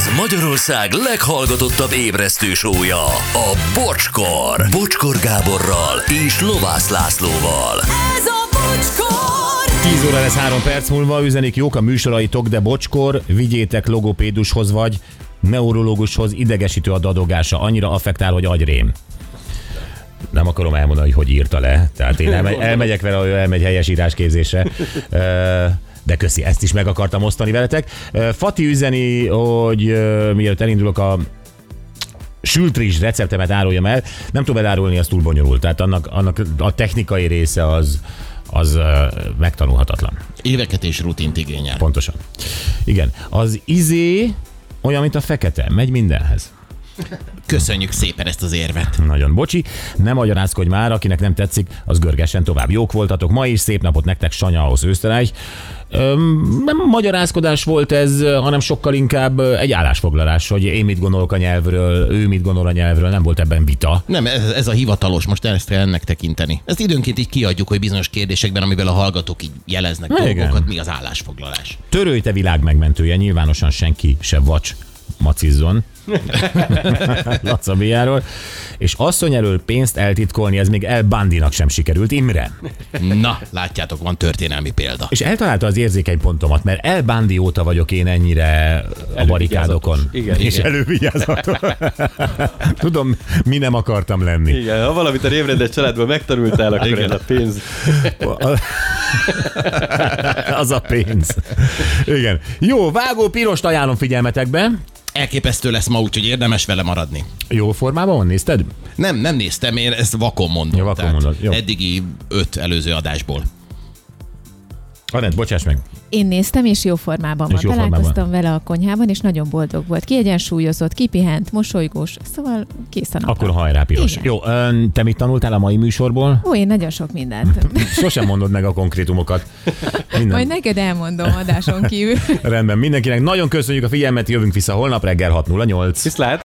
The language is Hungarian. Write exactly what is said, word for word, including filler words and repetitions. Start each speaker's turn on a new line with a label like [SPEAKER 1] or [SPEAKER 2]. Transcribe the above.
[SPEAKER 1] Ez Magyarország leghallgatottabb ébresztő sója, a Bocskor. Bocskor Gáborral és Lovász Lászlóval.
[SPEAKER 2] Ez a Bocskor!
[SPEAKER 3] tíz óra lesz három perc múlva, üzenik jók a műsoraitok, de Bocskor, vigyétek logopédushoz vagy neurológushoz, idegesítő a dadogása, annyira affektál, hogy agyrém. Nem akarom elmondani, hogy hogy írta le, tehát én elmegy, elmegyek vele, hogy elmegy helyesírásképzésre. De köszi, ezt is meg akartam osztani veletek. Fati üzeni, hogy mielőtt elindulok, a sült rizs receptemet áruljam el. Nem tudom elárulni, az túl bonyolult. Tehát annak, annak a technikai része az, az megtanulhatatlan.
[SPEAKER 4] Éveket és rutint igényel.
[SPEAKER 3] Pontosan. Igen. Az izé olyan, mint a fekete. Megy mindenhez.
[SPEAKER 4] Köszönjük szépen ezt az érvet.
[SPEAKER 3] Nagyon bocsi, ne magyarázkodj már, akinek nem tetszik, az görgessen tovább. Jók voltatok ma is, szép napot nektek, Sanyához, Österreich. Öm, nem magyarázkodás volt ez, hanem sokkal inkább egy állásfoglalás, hogy én mit gondolok a nyelvről, ő mit gondol a nyelvről, nem volt ebben vita.
[SPEAKER 4] Nem, ez, ez a hivatalos, most ezt kell ennek tekinteni. Ezt időnként így kiadjuk, hogy bizonyos kérdésekben, amivel a hallgatók így jeleznek
[SPEAKER 3] Na,
[SPEAKER 4] dolgokat,
[SPEAKER 3] igen.
[SPEAKER 4] mi az állásfoglalás.
[SPEAKER 3] Törölj te világ megmentője, nyilvánosan senki se vacs macizzon. Laca Biáról. És asszony elől pénzt eltitkolni, ez még El Bundynak sem sikerült. Imre.
[SPEAKER 4] Na, látjátok, van történelmi példa.
[SPEAKER 3] És eltalálta az érzékeny pontomat, mert El Bundy óta vagyok én ennyire a barikádokon.
[SPEAKER 5] Igen,
[SPEAKER 3] és
[SPEAKER 5] igen.
[SPEAKER 3] elővigyázatos. Tudom, mi nem akartam lenni.
[SPEAKER 5] Igen, ha valamit a rémrendes családból megtanultál, akkor
[SPEAKER 4] Igen.
[SPEAKER 5] ez a pénz.
[SPEAKER 3] Az a pénz. Igen. Jó, vágó pirost ajánlom figyelmetekbe.
[SPEAKER 4] Elképesztő lesz ma, úgyhogy érdemes vele maradni.
[SPEAKER 3] Jó formában van, nézted?
[SPEAKER 4] Nem, nem néztem, én ezt vakon mondom.
[SPEAKER 3] Ja, vakon
[SPEAKER 4] tehát
[SPEAKER 3] mondod, jó.
[SPEAKER 4] Eddigi öt előző adásból.
[SPEAKER 3] Anett, bocsáss meg.
[SPEAKER 6] Én néztem, és jó formában
[SPEAKER 3] És
[SPEAKER 6] van.
[SPEAKER 3] jó formában.
[SPEAKER 6] Találkoztam vele a konyhában, és nagyon boldog volt. Kiegyensúlyozott, kipihent, mosolygós, szóval kész a napra.
[SPEAKER 3] Akkor hajrá, piros.
[SPEAKER 6] Igen.
[SPEAKER 3] Jó, ön, te mit tanultál a mai műsorból?
[SPEAKER 6] Ó, én nagyon sok mindent.
[SPEAKER 3] Sosem mondod meg a konkrétumokat. Minden.
[SPEAKER 6] Majd neked elmondom adáson kívül.
[SPEAKER 3] Rendben, mindenkinek nagyon köszönjük a figyelmet, jövünk vissza holnap reggel hat nulla nyolc.
[SPEAKER 5] Viszlát!